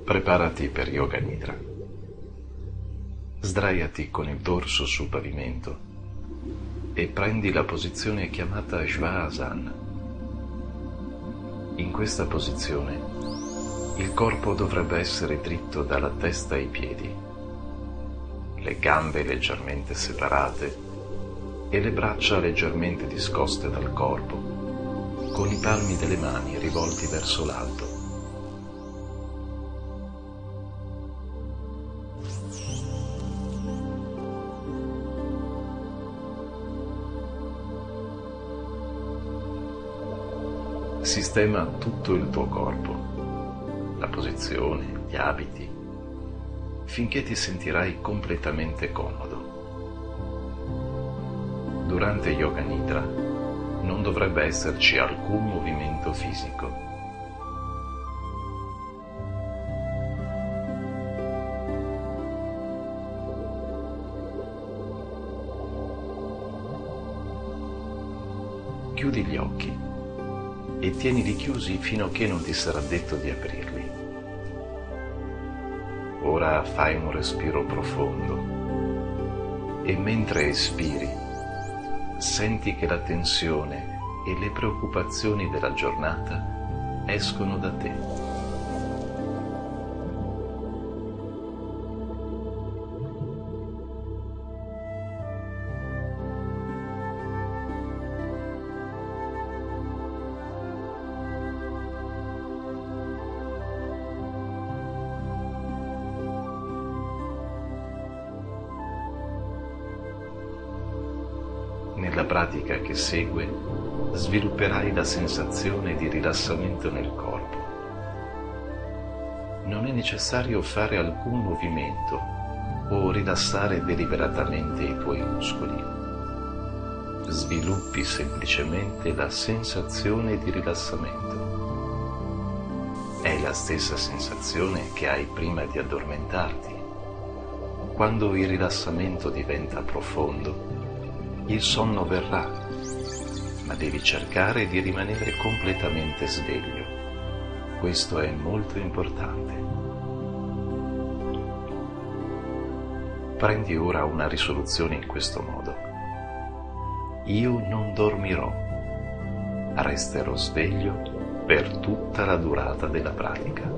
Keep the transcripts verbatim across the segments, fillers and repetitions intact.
Preparati per Yoga Nidra. Sdraiati con il dorso sul pavimento e prendi la posizione chiamata Shavasana. In questa posizione il corpo dovrebbe essere dritto dalla testa ai piedi, le gambe leggermente separate e le braccia leggermente discoste dal corpo, con i palmi delle mani rivolti verso l'alto. Sistema tutto il tuo corpo, la posizione, gli abiti, finché ti sentirai completamente comodo. Durante Yoga Nidra non dovrebbe esserci alcun movimento fisico. Chiudi gli occhi e tienili chiusi fino a che non ti sarà detto di aprirli. Ora fai un respiro profondo e mentre espiri senti che la tensione e le preoccupazioni della giornata escono da te. Nella pratica che segue svilupperai la sensazione di rilassamento nel corpo. Non è necessario fare alcun movimento o rilassare deliberatamente i tuoi muscoli. Sviluppi semplicemente la sensazione di rilassamento. È la stessa sensazione che hai prima di addormentarti. Quando il rilassamento diventa profondo, il sonno verrà, ma devi cercare di rimanere completamente sveglio. Questo è molto importante. Prendi ora una risoluzione in questo modo. Io non dormirò, resterò sveglio per tutta la durata della pratica.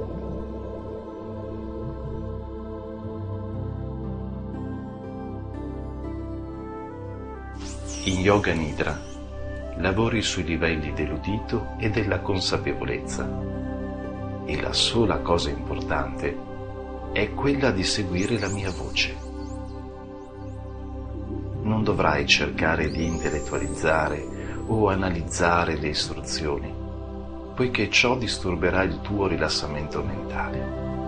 In Yoga Nidra lavori sui livelli dell'udito e della consapevolezza e la sola cosa importante è quella di seguire la mia voce. Non dovrai cercare di intellettualizzare o analizzare le istruzioni, poiché ciò disturberà il tuo rilassamento mentale.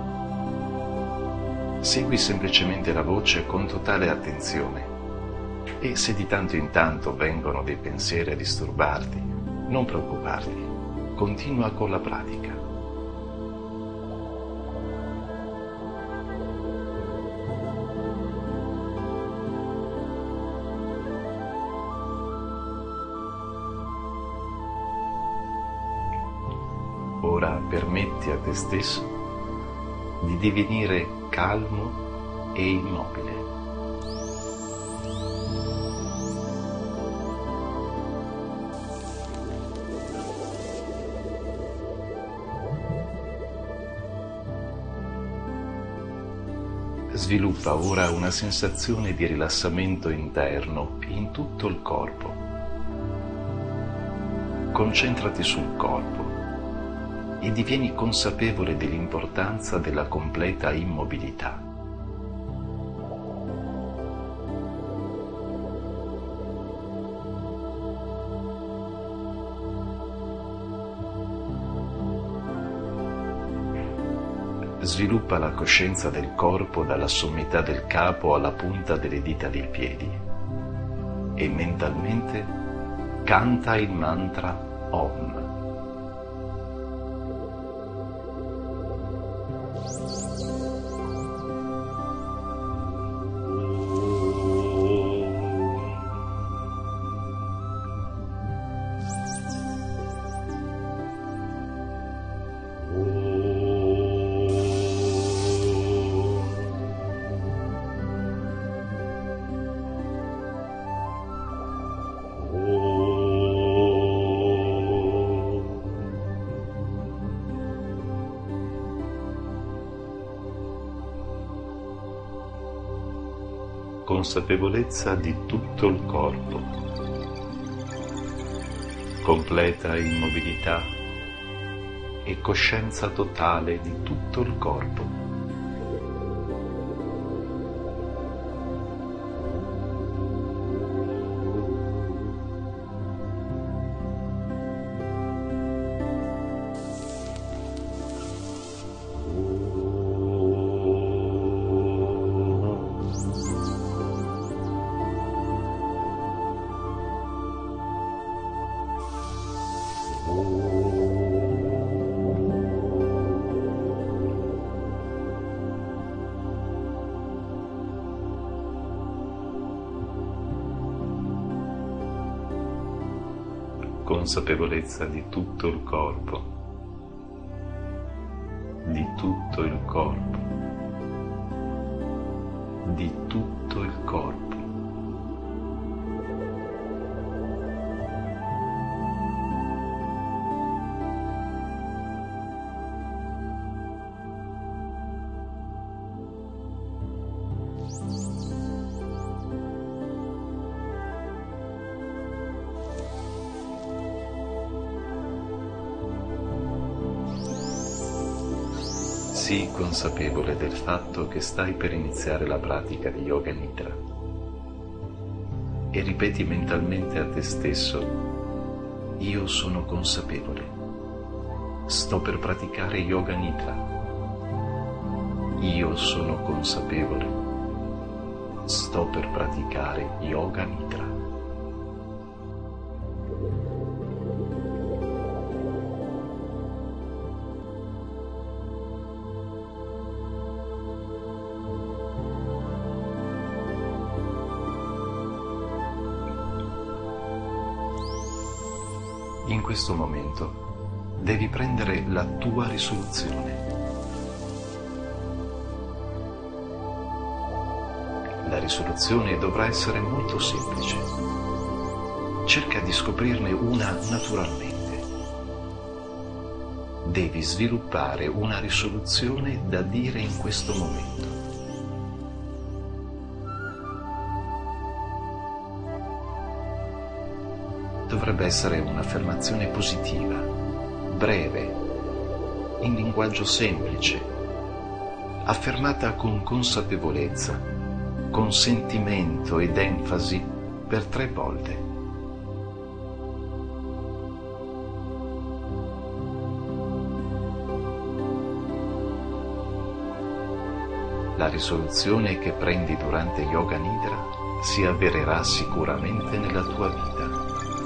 Segui semplicemente la voce con totale attenzione. E se di tanto in tanto vengono dei pensieri a disturbarti, non preoccuparti, continua con la pratica. Ora permetti a te stesso di divenire calmo e immobile. Sviluppa ora una sensazione di rilassamento interno in tutto il corpo. Concentrati sul corpo e divieni consapevole dell'importanza della completa immobilità. Sviluppa la coscienza del corpo dalla sommità del capo alla punta delle dita dei piedi e mentalmente canta il mantra Om. consapevolezza di tutto il corpo, completa immobilità e coscienza totale di tutto il corpo. Consapevolezza di tutto il corpo, di tutto il corpo, di tutto il corpo. Sii consapevole del fatto che stai per iniziare la pratica di Yoga Nidra e ripeti mentalmente a te stesso: io sono consapevole, sto per praticare Yoga Nidra. Io sono consapevole, sto per praticare Yoga Nidra. In questo momento devi prendere la tua risoluzione. La risoluzione dovrà essere molto semplice. Cerca di scoprirne una naturalmente. Devi sviluppare una risoluzione da dire in questo momento. Dovrebbe essere un'affermazione positiva, breve, in linguaggio semplice, affermata con consapevolezza, con sentimento ed enfasi per tre volte. La risoluzione che prendi durante Yoga Nidra si avvererà sicuramente nella tua vita.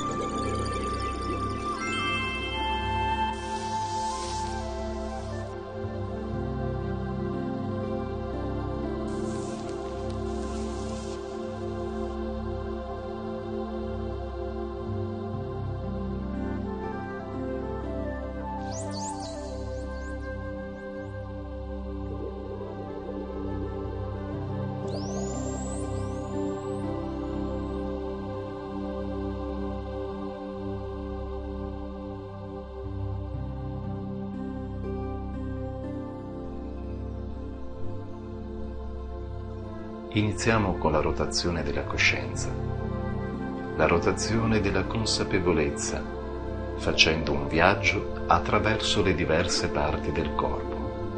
Iniziamo con la rotazione della coscienza, la rotazione della consapevolezza, facendo un viaggio attraverso le diverse parti del corpo.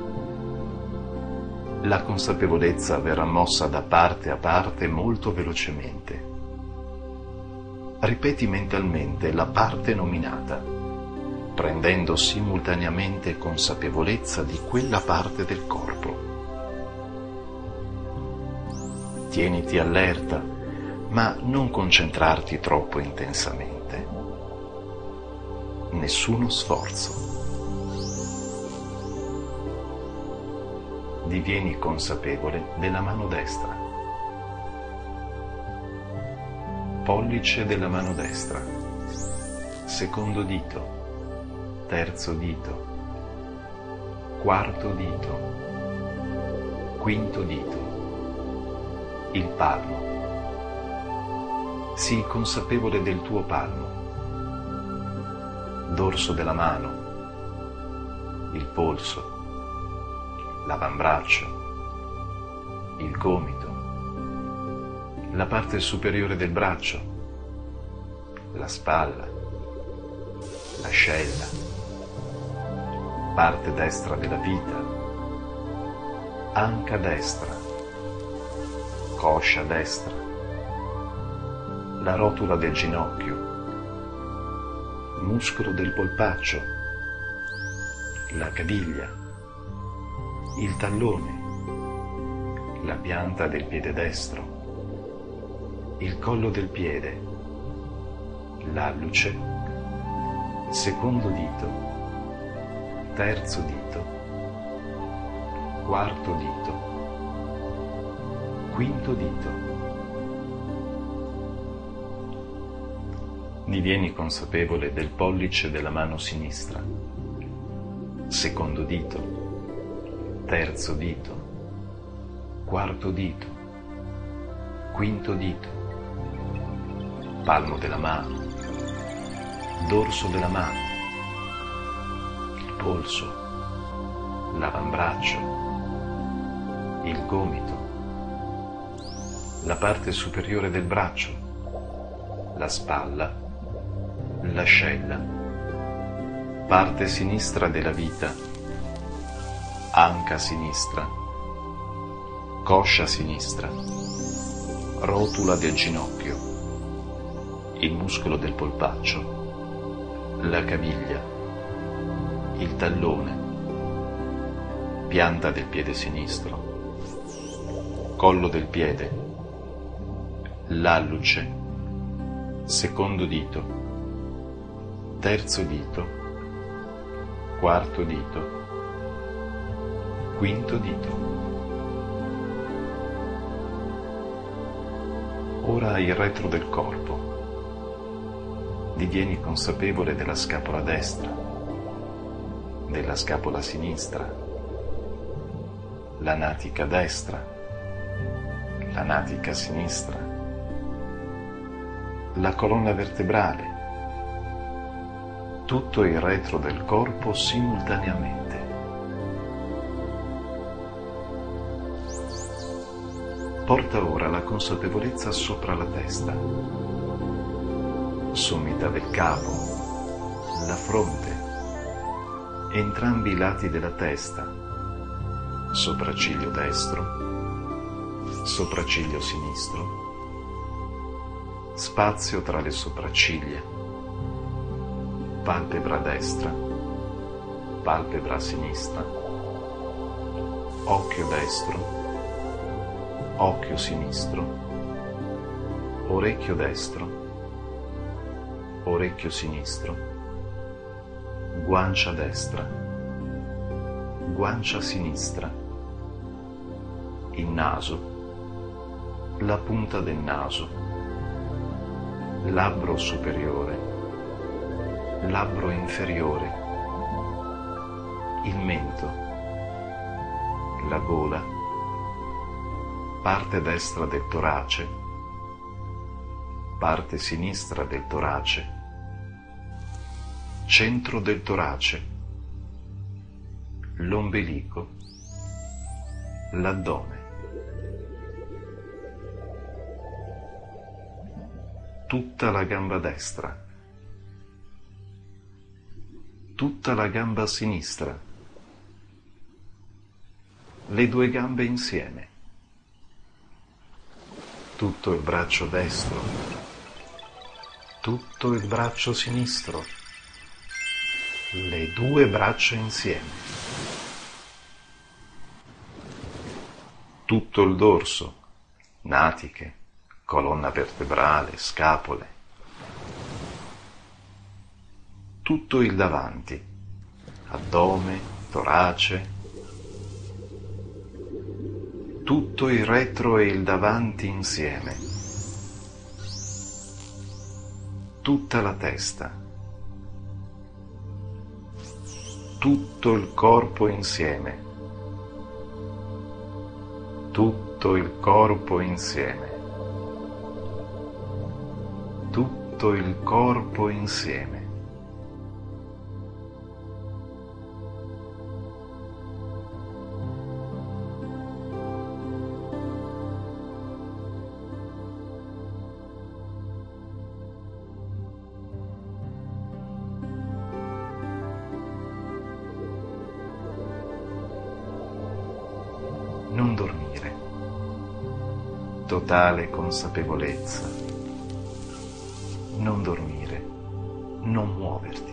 La consapevolezza verrà mossa da parte a parte molto velocemente. Ripeti mentalmente la parte nominata, prendendo simultaneamente consapevolezza di quella parte del corpo. Tieniti allerta, ma non concentrarti troppo intensamente. Nessuno sforzo. Divieni consapevole della mano destra. Pollice della mano destra. Secondo dito. Terzo dito. Quarto dito. Quinto dito. Il palmo. Sii consapevole del tuo palmo, dorso della mano, il polso, l'avambraccio, il gomito, la parte superiore del braccio, la spalla, l'ascella, parte destra della vita, anca destra, coscia destra, la rotula del ginocchio, muscolo del polpaccio, la caviglia, il tallone, la pianta del piede destro, il collo del piede, l'alluce, secondo dito, terzo dito, quarto dito, quinto dito. Divieni consapevole del pollice della mano sinistra, secondo dito, terzo dito, quarto dito, quinto dito, palmo della mano, dorso della mano, il polso, l'avambraccio, il gomito, la parte superiore del braccio, la spalla, l'ascella, parte sinistra della vita, anca sinistra, coscia sinistra, rotula del ginocchio, il muscolo del polpaccio, la caviglia, il tallone, pianta del piede sinistro, collo del piede, l'alluce, secondo dito, terzo dito, quarto dito, quinto dito. Ora il retro del corpo. Divieni consapevole della scapola destra, della scapola sinistra, la natica destra, la natica sinistra, la colonna vertebrale, tutto il retro del corpo simultaneamente. Porta ora la consapevolezza sopra la testa, sommità del capo, la fronte, entrambi i lati della testa, sopracciglio destro, sopracciglio sinistro, spazio tra le sopracciglia, palpebra destra, palpebra sinistra, occhio destro, occhio sinistro, orecchio destro, orecchio sinistro, guancia destra, guancia sinistra, il naso, la punta del naso, labbro superiore, labbro inferiore, il mento, la gola, parte destra del torace, parte sinistra del torace, centro del torace, l'ombelico, l'addome. Tutta la gamba destra, tutta la gamba sinistra, le due gambe insieme, tutto il braccio destro, tutto il braccio sinistro, le due braccia insieme, tutto il dorso, natiche, colonna vertebrale, scapole, tutto il davanti, addome, torace, tutto il retro e il davanti insieme, tutta la testa, tutto il corpo insieme, tutto il corpo insieme, tutto il corpo insieme. totale consapevolezza. Non dormire, non muoverti.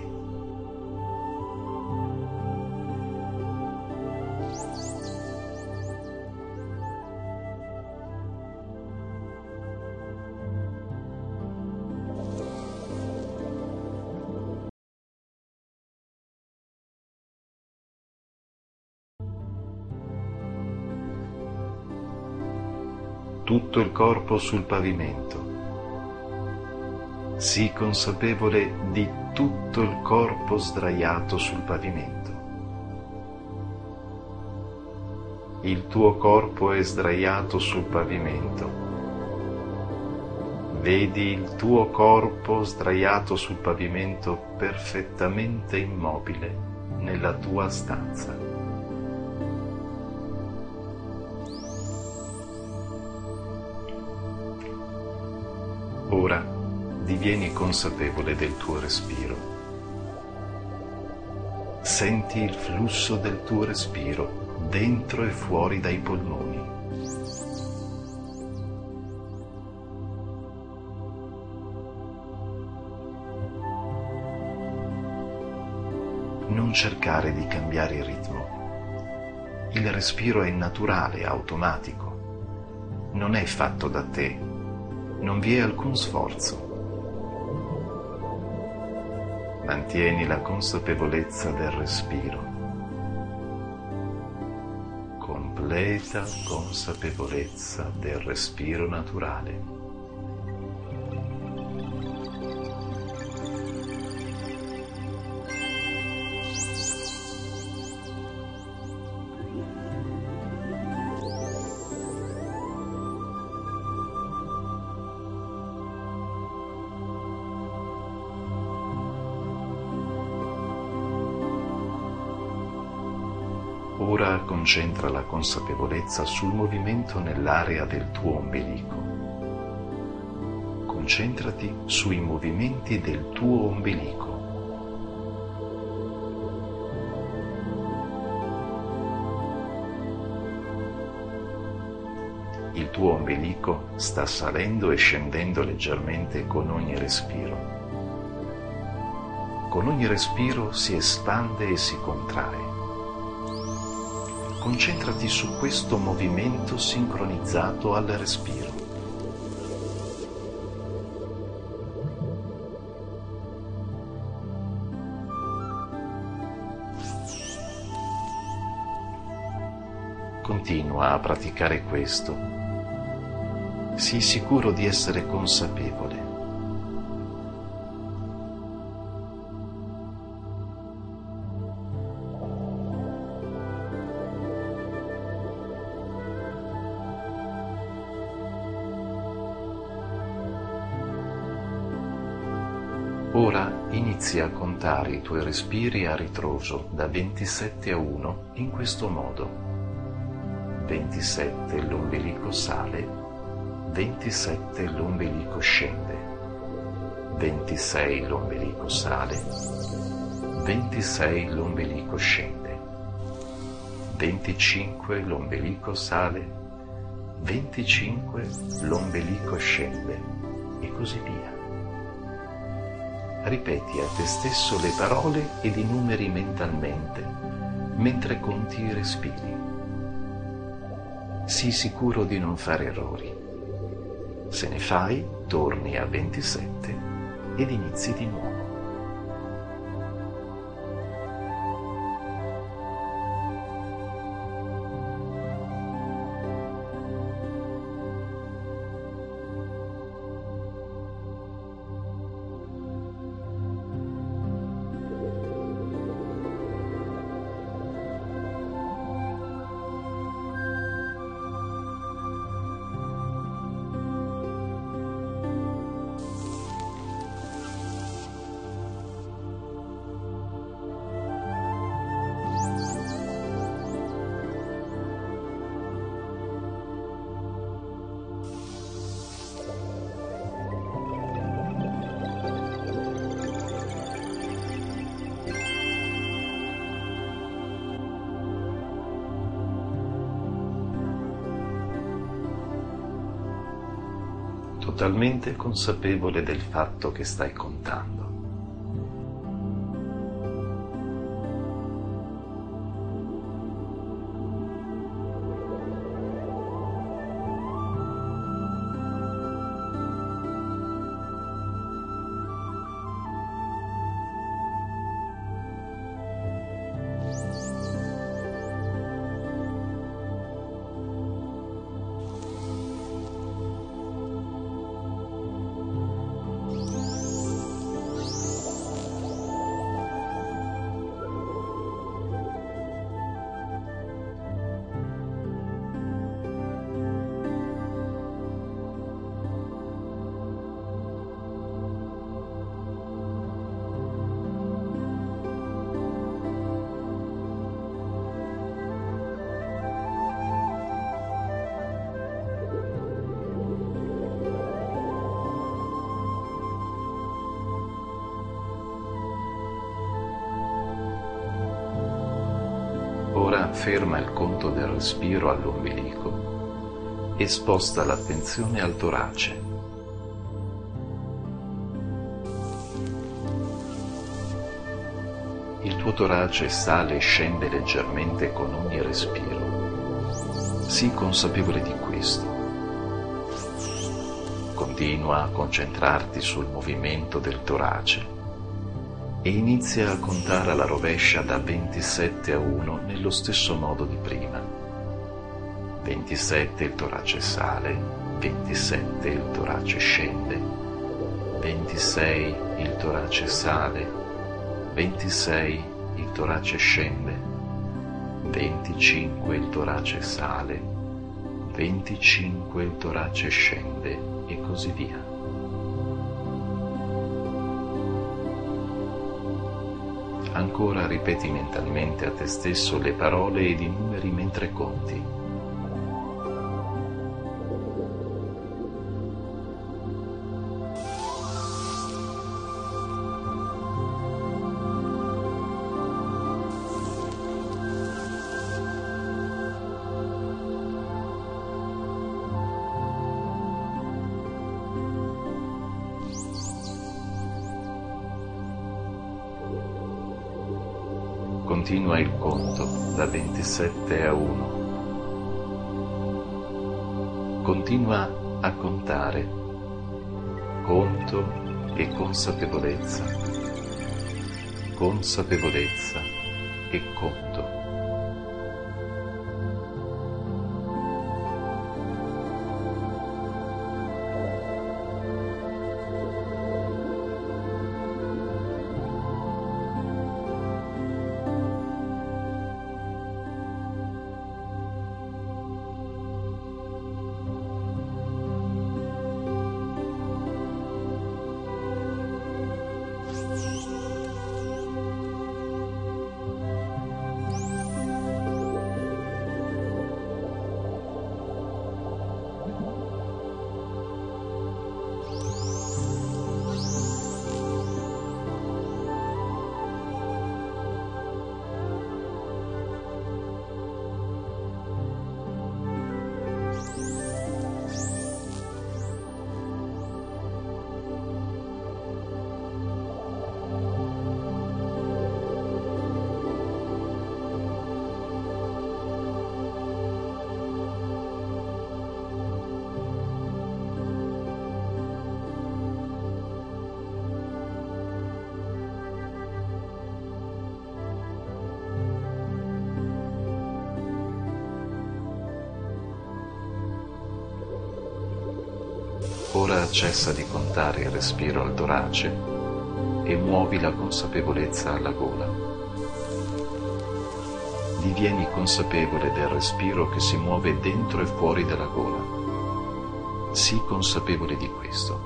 Tutto il corpo sul pavimento. Sii consapevole di tutto il corpo sdraiato sul pavimento. Il tuo corpo è sdraiato sul pavimento. Vedi il tuo corpo sdraiato sul pavimento perfettamente immobile nella tua stanza. Ora divieni consapevole del tuo respiro. Senti il flusso del tuo respiro dentro e fuori dai polmoni. Non cercare di cambiare il ritmo. Il respiro è naturale, automatico. Non è fatto da te. Non vi è alcun sforzo. Mantieni la consapevolezza del respiro. Completa consapevolezza del respiro naturale. Ora concentra la consapevolezza sul movimento nell'area del tuo ombelico. Concentrati sui movimenti del tuo ombelico. Il tuo ombelico sta salendo e scendendo leggermente con ogni respiro. Con ogni respiro si espande e si contrae. Concentrati su questo movimento sincronizzato al respiro. Continua a praticare questo. Sii sicuro di essere consapevole. Ora inizia a contare i tuoi respiri a ritroso da ventisette a uno in questo modo. ventisette l'ombelico sale, ventisette l'ombelico scende, ventisei l'ombelico sale, ventisei l'ombelico scende, venticinque l'ombelico sale, venticinque l'ombelico scende e così via. Ripeti a te stesso le parole ed i numeri mentalmente mentre conti i respiri. Sii sicuro di non fare errori. Se ne fai, torni a ventisette ed inizi di nuovo. totalmente consapevole del fatto che stai contando. Ora ferma il conto del respiro all'ombelico e sposta l'attenzione al torace. Il tuo torace sale e scende leggermente con ogni respiro. Sii consapevole di questo. Continua a concentrarti sul movimento del torace e inizia a contare alla rovescia da ventisette a uno nello stesso modo di prima. ventisette il torace sale, ventisette il torace scende, ventisei il torace sale, ventisei il torace scende, venticinque il torace sale, venticinque il torace scende e così via. Ancora ripeti mentalmente a te stesso le parole ed i numeri mentre conti. Continua il conto da ventisette a uno. Continua a contare. Conto e consapevolezza. Consapevolezza e conto. Ora cessa di contare il respiro al torace e muovi la consapevolezza alla gola. Divieni consapevole del respiro che si muove dentro e fuori dalla gola. Sii consapevole di questo.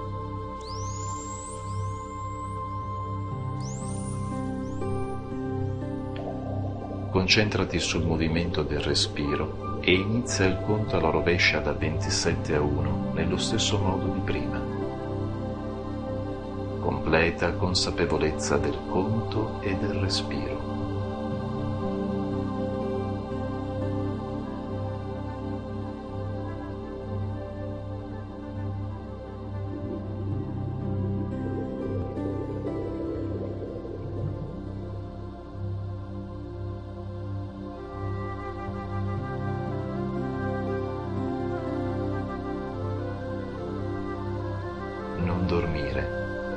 Concentrati sul movimento del respiro e inizia il conto alla rovescia da ventisette a uno nello stesso modo di prima. Completa consapevolezza del conto e del respiro. dormire.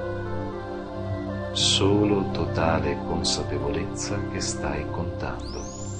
Solo totale consapevolezza che stai contando.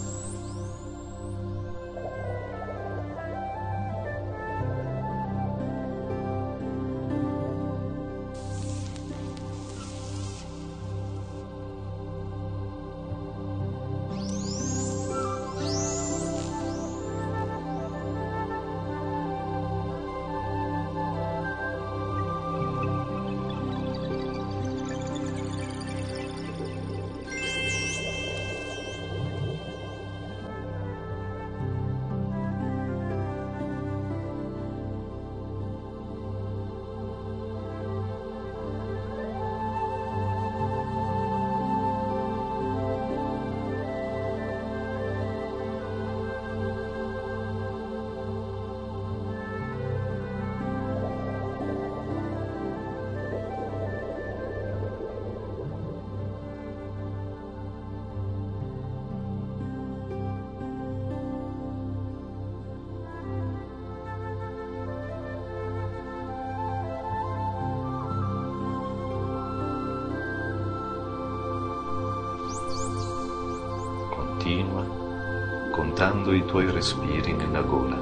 Continua contando i tuoi respiri nella gola.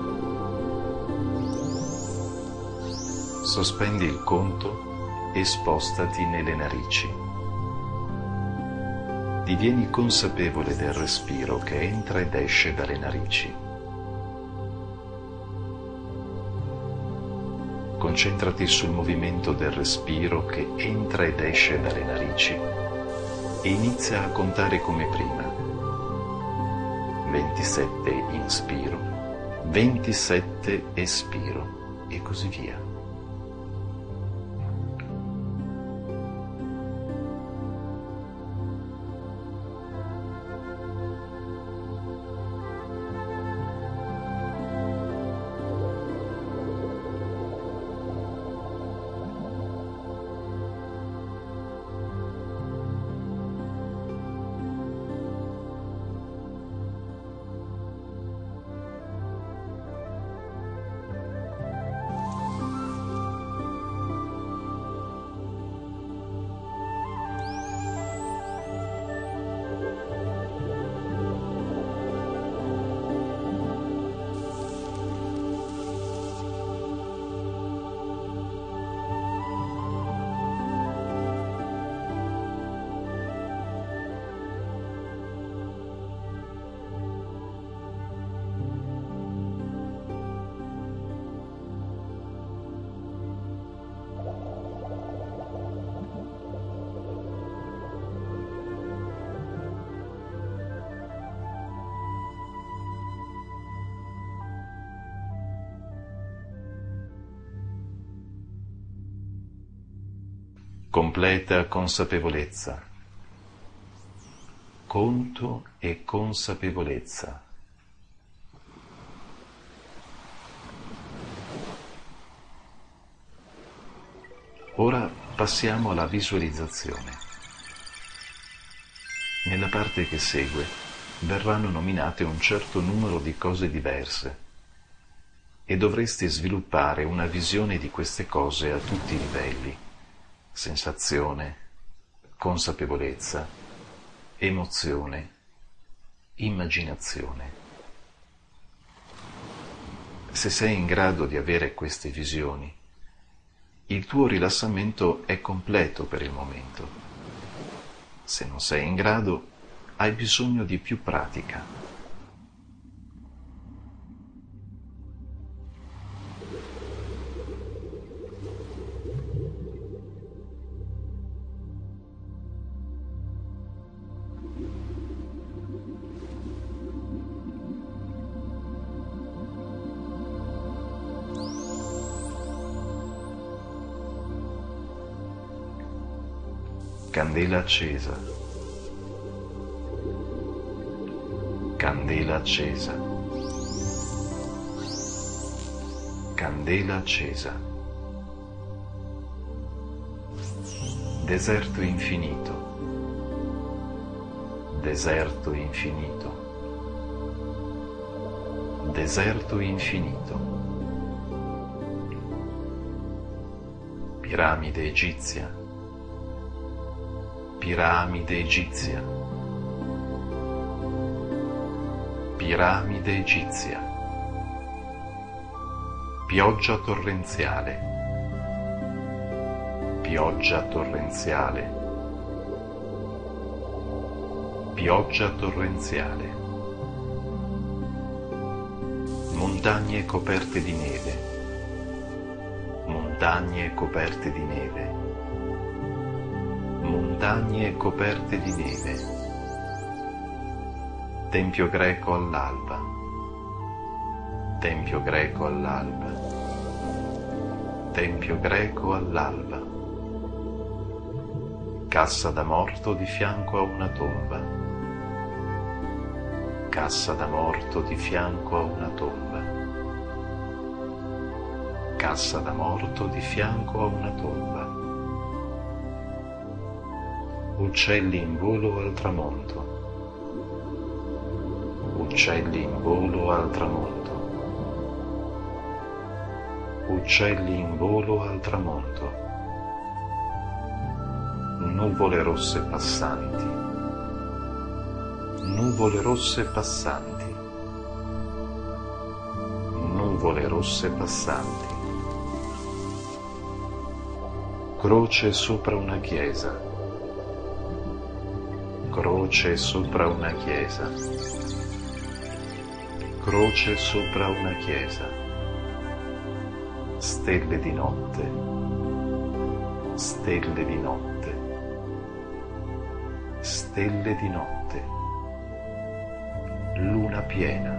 Sospendi il conto e spostati nelle narici. Divieni consapevole del respiro che entra ed esce dalle narici. Concentrati sul movimento del respiro che entra ed esce dalle narici e inizia a contare come prima. ventisette inspiro, ventisette espiro e così via. Completa consapevolezza. Conto e consapevolezza. Ora passiamo alla visualizzazione. Nella parte che segue verranno nominate un certo numero di cose diverse e dovresti sviluppare una visione di queste cose a tutti i livelli: sensazione, consapevolezza, emozione, immaginazione. Se sei in grado di avere queste visioni, il tuo rilassamento è completo per il momento. Se non sei in grado, hai bisogno di più pratica. Candela accesa. Candela accesa. Candela accesa. Deserto infinito. Deserto infinito. Deserto infinito. piramide egizia, piramide egizia, piramide egizia, pioggia torrenziale, pioggia torrenziale, pioggia torrenziale, montagne coperte di neve, montagne coperte di neve, montagne coperte di neve, tempio greco all'alba, tempio greco all'alba, tempio greco all'alba, cassa da morto di fianco a una tomba, cassa da morto di fianco a una tomba, cassa da morto di fianco a una tomba, uccelli in volo al tramonto, uccelli in volo al tramonto, uccelli in volo al tramonto, nuvole rosse passanti, nuvole rosse passanti, nuvole rosse passanti, croce sopra una chiesa, croce sopra una chiesa, croce sopra una chiesa, stelle di notte, stelle di notte, stelle di notte, luna piena,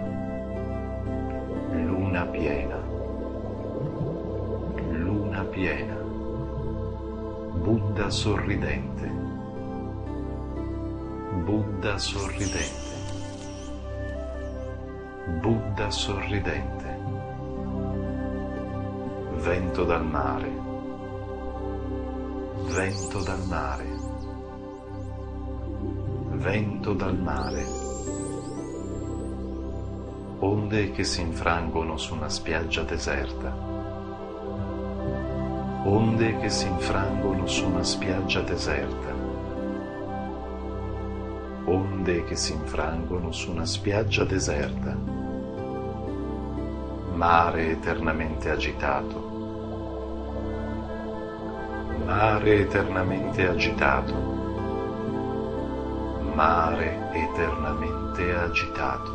luna piena, luna piena, Buddha sorridente, Buddha sorridente, Buddha sorridente, vento dal mare, vento dal mare, vento dal mare, onde che si infrangono su una spiaggia deserta, onde che si infrangono su una spiaggia deserta, onde che si infrangono su una spiaggia deserta, mare eternamente agitato, mare eternamente agitato, mare eternamente agitato.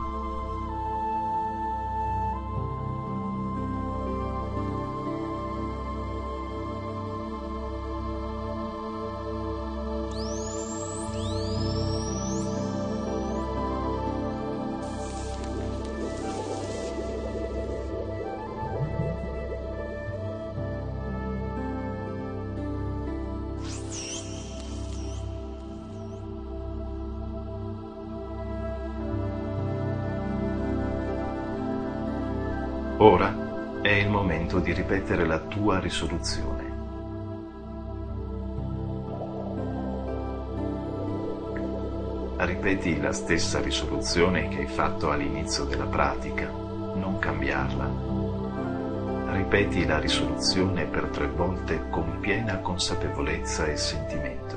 Ora è il momento di ripetere la tua risoluzione. Ripeti la stessa risoluzione che hai fatto all'inizio della pratica, non cambiarla. Ripeti la risoluzione per tre volte con piena consapevolezza e sentimento.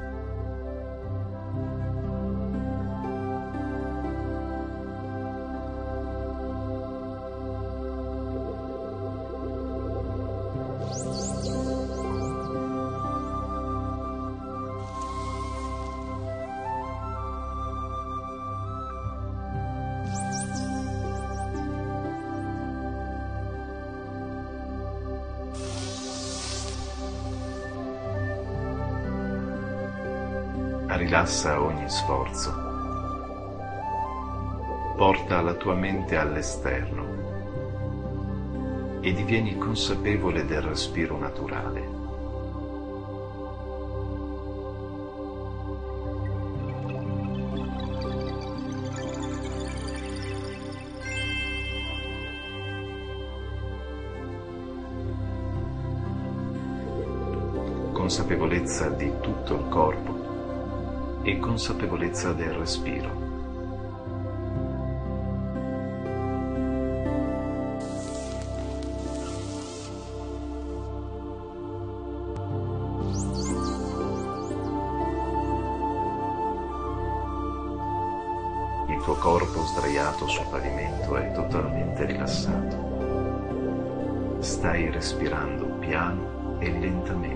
Rilassa ogni sforzo. Porta la tua mente all'esterno e divieni consapevole del respiro naturale. Consapevolezza di tutto il corpo e consapevolezza del respiro. tuo corpo sdraiato sul pavimento è totalmente rilassato. Stai respirando piano e lentamente.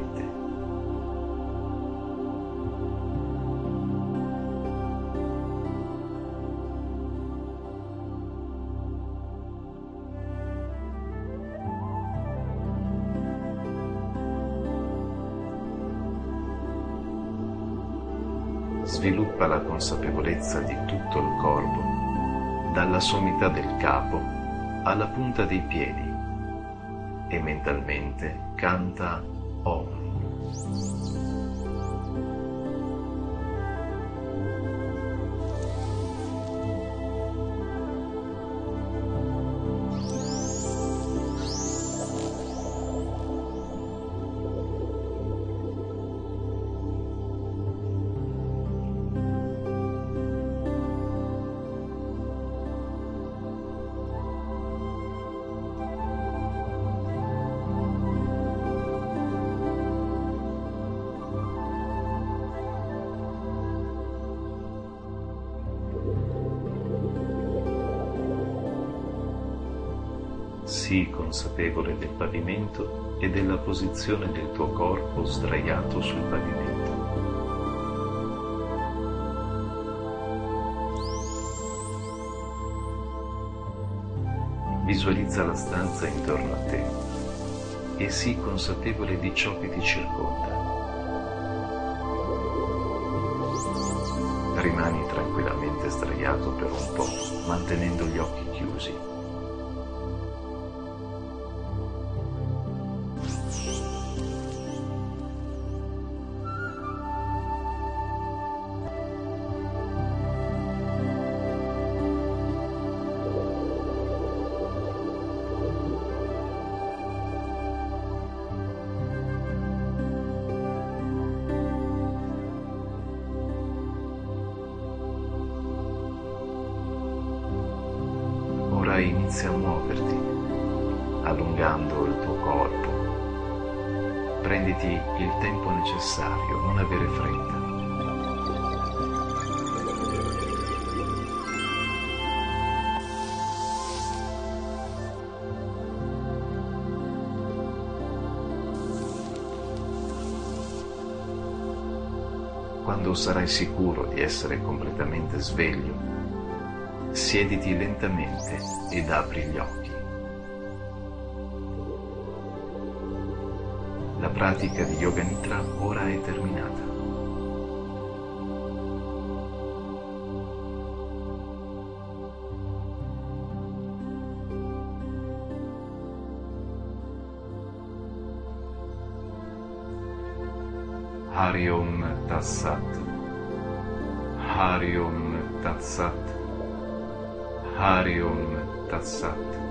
Sviluppa la consapevolezza di tutto il corpo, dalla sommità del capo alla punta dei piedi, e mentalmente canta Om. Sii consapevole del pavimento e della posizione del tuo corpo sdraiato sul pavimento. Visualizza la stanza intorno a te e sii consapevole di ciò che ti circonda. Rimani tranquillamente sdraiato per un po', mantenendo gli occhi chiusi. Ora inizia a muoverti, allungando il tuo corpo. Prenditi il tempo necessario, non avere fretta. Quando sarai sicuro di essere completamente sveglio, siediti lentamente ed apri gli occhi. La pratica di Yoga Nidra ora è terminata. Hari Om Tat Sat. Hari Om Tat Sat. Hari Om Tat Sat.